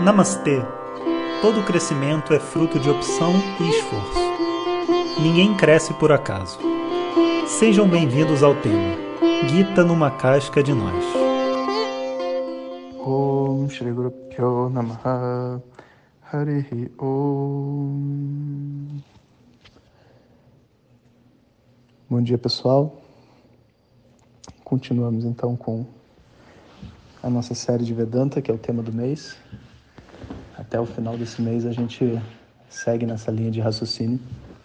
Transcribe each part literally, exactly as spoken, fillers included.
Namastê! Todo crescimento é fruto de opção e esforço. Ninguém cresce por acaso. Sejam bem-vindos ao tema Gita numa casca de nós. Om Shri Guru Pyo Namaha Harihi Om. Bom dia, pessoal. Continuamos então com a nossa série de Vedanta, que é o tema do mês. Até o final desse mês a gente segue nessa linha de raciocínio.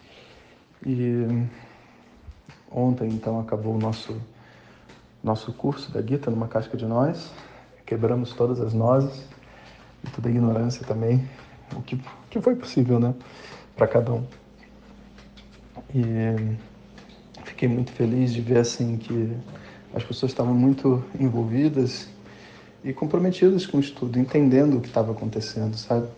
E ontem então acabou o nosso, nosso curso da Gita numa casca de nós. Quebramos todas as nozes e toda a ignorância também, o que, que foi possível, né, para cada um. E fiquei muito feliz de ver assim que as pessoas estavam muito envolvidas e comprometidas com o estudo, entendendo o que estava acontecendo, sabe?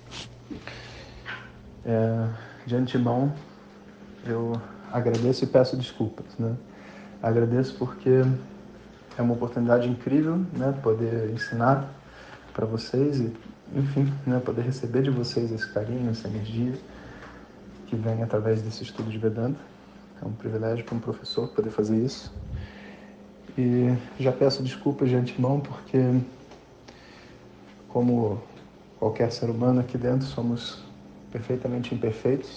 É, de antemão, eu agradeço e peço desculpas, né? Agradeço porque é uma oportunidade incrível, né, poder ensinar para vocês e, enfim, né, poder receber de vocês esse carinho, essa energia que vem através desse estudo de Vedanta. É um privilégio para um professor poder fazer isso. E já peço desculpas de antemão porque, como qualquer ser humano aqui dentro, somos perfeitamente imperfeitos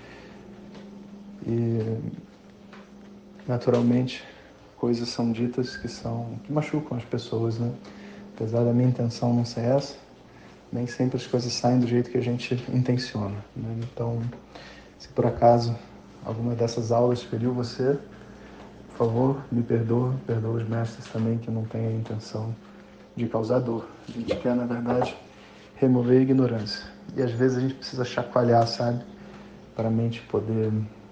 e, naturalmente, coisas são ditas que são que machucam as pessoas, né? Apesar da minha intenção não ser essa, nem sempre as coisas saem do jeito que a gente intenciona, né? Então, se por acaso alguma dessas aulas feriu você, por favor, me perdoa, perdoa os mestres também que não têm a intenção de causar dor. A gente quer, na verdade, remover a ignorância. E às vezes a gente precisa chacoalhar, sabe? Para a mente poder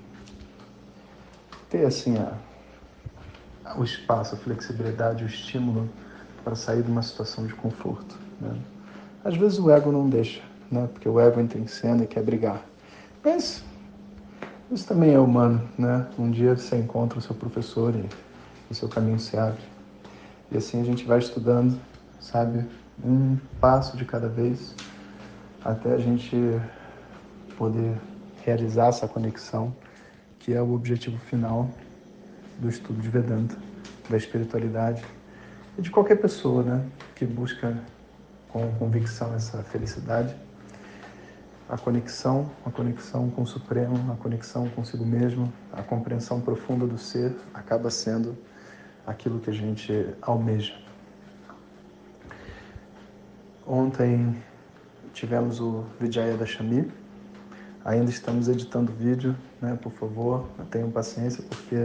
ter, assim, a, a, o espaço, a flexibilidade, o estímulo para sair de uma situação de conforto, né? Às vezes o ego não deixa, né? Porque o ego entra em cena e quer brigar. Mas isso também é humano, né? Um dia você encontra o seu professor e o seu caminho se abre. E assim a gente vai estudando, sabe? Um passo de cada vez, até a gente poder realizar essa conexão, que é o objetivo final do estudo de Vedanta, da espiritualidade e de qualquer pessoa, né, que busca com convicção essa felicidade, a conexão, a conexão com o Supremo, a conexão consigo mesmo, a compreensão profunda do ser acaba sendo aquilo que a gente almeja. Ontem tivemos o Vijayadashami. Ainda estamos editando o vídeo, né? Por favor, tenham paciência, porque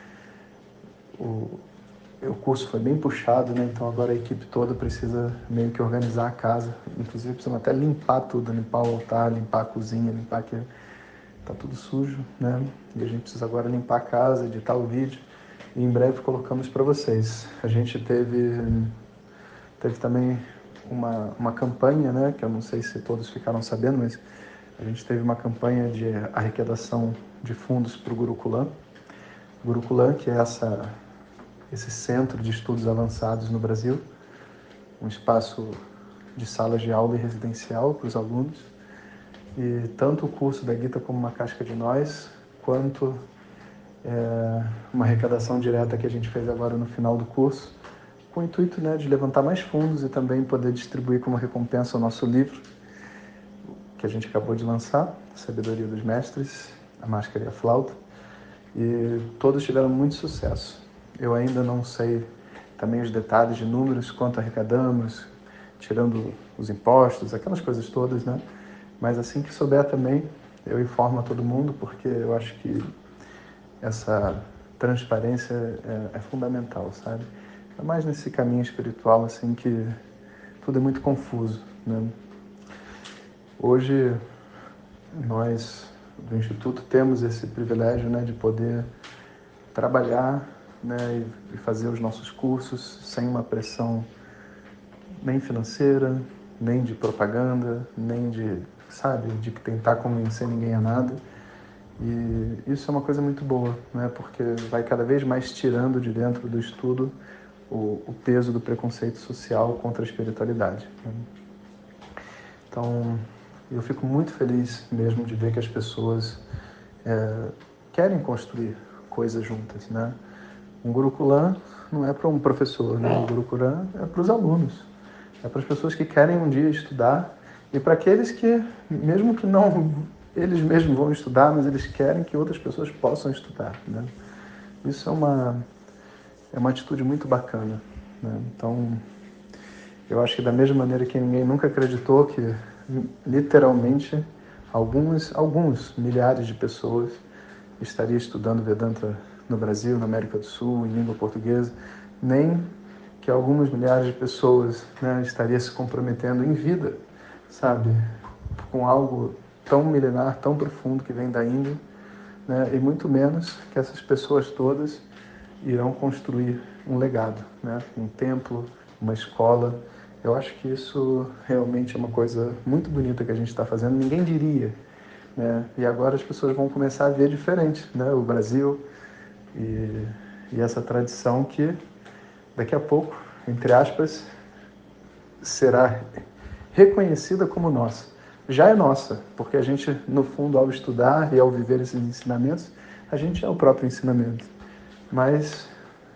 o, o curso foi bem puxado, né? Então agora a equipe toda precisa meio que organizar a casa. Inclusive precisamos até limpar tudo, limpar o altar, limpar a cozinha, limpar que tá tudo sujo, né? E a gente precisa agora limpar a casa, editar o vídeo e em breve colocamos para vocês. A gente teve, teve também uma, uma campanha, né? Que eu não sei se todos ficaram sabendo, mas a gente teve uma campanha de arrecadação de fundos para o Gurukulam. Gurukulam, que é essa, esse centro de estudos avançados no Brasil, um espaço de salas de aula e residencial para os alunos. E tanto o curso da Gita como uma casca de nós, quanto é, uma arrecadação direta que a gente fez agora no final do curso, com o intuito, né, de levantar mais fundos e também poder distribuir como recompensa o nosso livro, que a gente acabou de lançar, Sabedoria dos Mestres, a Máscara e a Flauta, e todos tiveram muito sucesso. Eu ainda não sei também os detalhes de números, quanto arrecadamos, tirando os impostos, aquelas coisas todas, né? Mas assim que souber também, eu informo a todo mundo, porque eu acho que essa transparência é, é fundamental, sabe? É mais nesse caminho espiritual, assim, que tudo é muito confuso, né? Hoje, nós do Instituto temos esse privilégio, né, de poder trabalhar, né, e fazer os nossos cursos sem uma pressão nem financeira, nem de propaganda, nem de, sabe, de tentar convencer ninguém a nada. E isso é uma coisa muito boa, né, porque vai cada vez mais tirando de dentro do estudo o, o peso do preconceito social contra a espiritualidade, né? Então, eu fico muito feliz mesmo de ver que as pessoas é, querem construir coisas juntas, né? Um Gurukulam não é para um professor, né? Um Gurukulam é para os alunos, é para as pessoas que querem um dia estudar e para aqueles que, mesmo que não eles mesmos vão estudar, mas eles querem que outras pessoas possam estudar, né? Isso é uma, é uma atitude muito bacana, né? Então, eu acho que da mesma maneira que ninguém nunca acreditou que, literalmente, alguns, alguns milhares de pessoas estariam estudando Vedanta no Brasil, na América do Sul, em língua portuguesa, nem que algumas milhares de pessoas, né, estariam se comprometendo em vida, sabe, com algo tão milenar, tão profundo que vem da Índia, né, e muito menos que essas pessoas todas irão construir um legado, né, um templo, uma escola. Eu acho que isso realmente é uma coisa muito bonita que a gente está fazendo. Ninguém diria, né? E agora as pessoas vão começar a ver diferente, né? O Brasil e, e essa tradição que daqui a pouco, entre aspas, será reconhecida como nossa. Já é nossa, porque a gente, no fundo, ao estudar e ao viver esses ensinamentos, a gente é o próprio ensinamento. Mas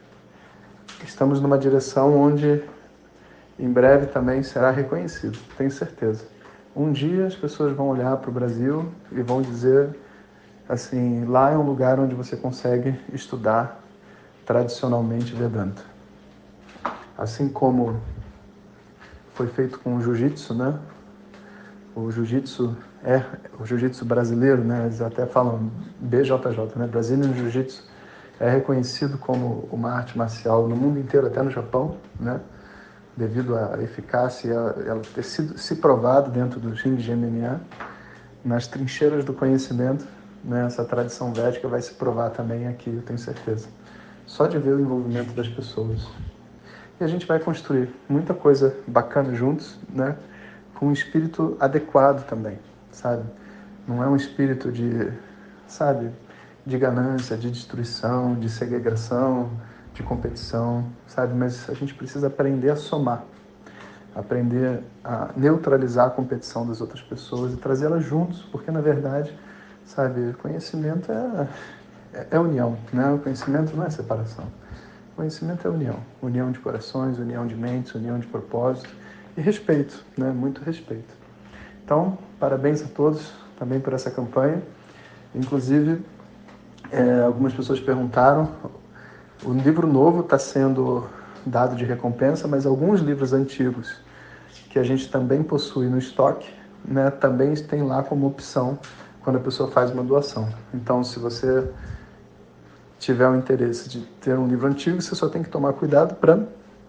estamos numa direção onde em breve também será reconhecido, tenho certeza. Um dia as pessoas vão olhar para o Brasil e vão dizer assim, lá é um lugar onde você consegue estudar tradicionalmente Vedanta. Assim como foi feito com o Jiu-Jitsu, né? O Jiu-Jitsu é o Jiu-Jitsu brasileiro, né? Eles até falam B J J, né? Brazilian Jiu-Jitsu é reconhecido como uma arte marcial no mundo inteiro, até no Japão, né? Devido à eficácia e a ela ter sido se provado dentro do Ring de M M A, nas trincheiras do conhecimento, né, essa tradição védica vai se provar também aqui, eu tenho certeza. Só de ver o envolvimento das pessoas. E a gente vai construir muita coisa bacana juntos, né, com um espírito adequado também, sabe? Não é um espírito de, sabe, de ganância, de destruição, de segregação, de competição, sabe? Mas a gente precisa aprender a somar, aprender a neutralizar a competição das outras pessoas e trazê-las juntos, porque na verdade, sabe, conhecimento é, é, é união, né? O conhecimento não é separação. O conhecimento é união, união de corações, união de mentes, união de propósitos e respeito, né? Muito respeito. Então, parabéns a todos também por essa campanha. Inclusive, é, algumas pessoas perguntaram. O livro novo está sendo dado de recompensa, mas alguns livros antigos que a gente também possui no estoque, né, também tem lá como opção quando a pessoa faz uma doação. Então, se você tiver o interesse de ter um livro antigo, você só tem que tomar cuidado para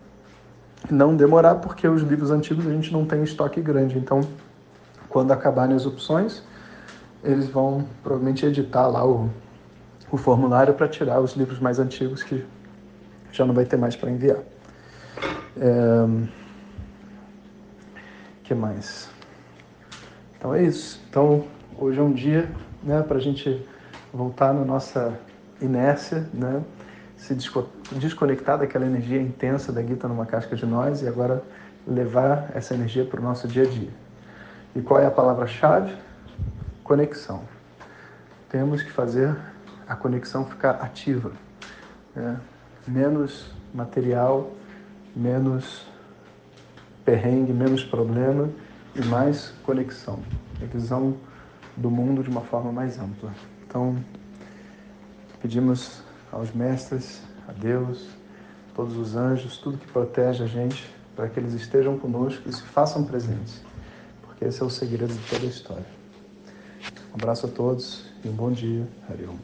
não demorar, porque os livros antigos a gente não tem estoque grande. Então, quando acabarem as opções, eles vão provavelmente editar lá o o formulário para tirar os livros mais antigos que já não vai ter mais para enviar. É... que mais? Então é isso. Então hoje é um dia, né, para a gente voltar na nossa inércia, né, se desconectar daquela energia intensa da Gita numa casca de nós e agora levar essa energia para o nosso dia a dia. E qual é a palavra-chave? Conexão. Temos que fazer a conexão ficar ativa, né? Menos material, menos perrengue, menos problema e mais conexão, a visão do mundo de uma forma mais ampla. Então, pedimos aos mestres, a Deus, todos os anjos, tudo que protege a gente, para que eles estejam conosco e se façam presentes, porque esse é o segredo de toda a história. Um abraço a todos e um bom dia. Hari Om.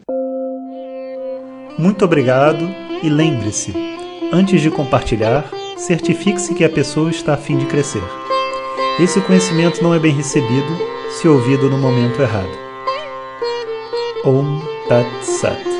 Muito obrigado e lembre-se, antes de compartilhar, certifique-se que a pessoa está a fim de crescer. Esse conhecimento não é bem recebido se ouvido no momento errado. Om Tat Sat.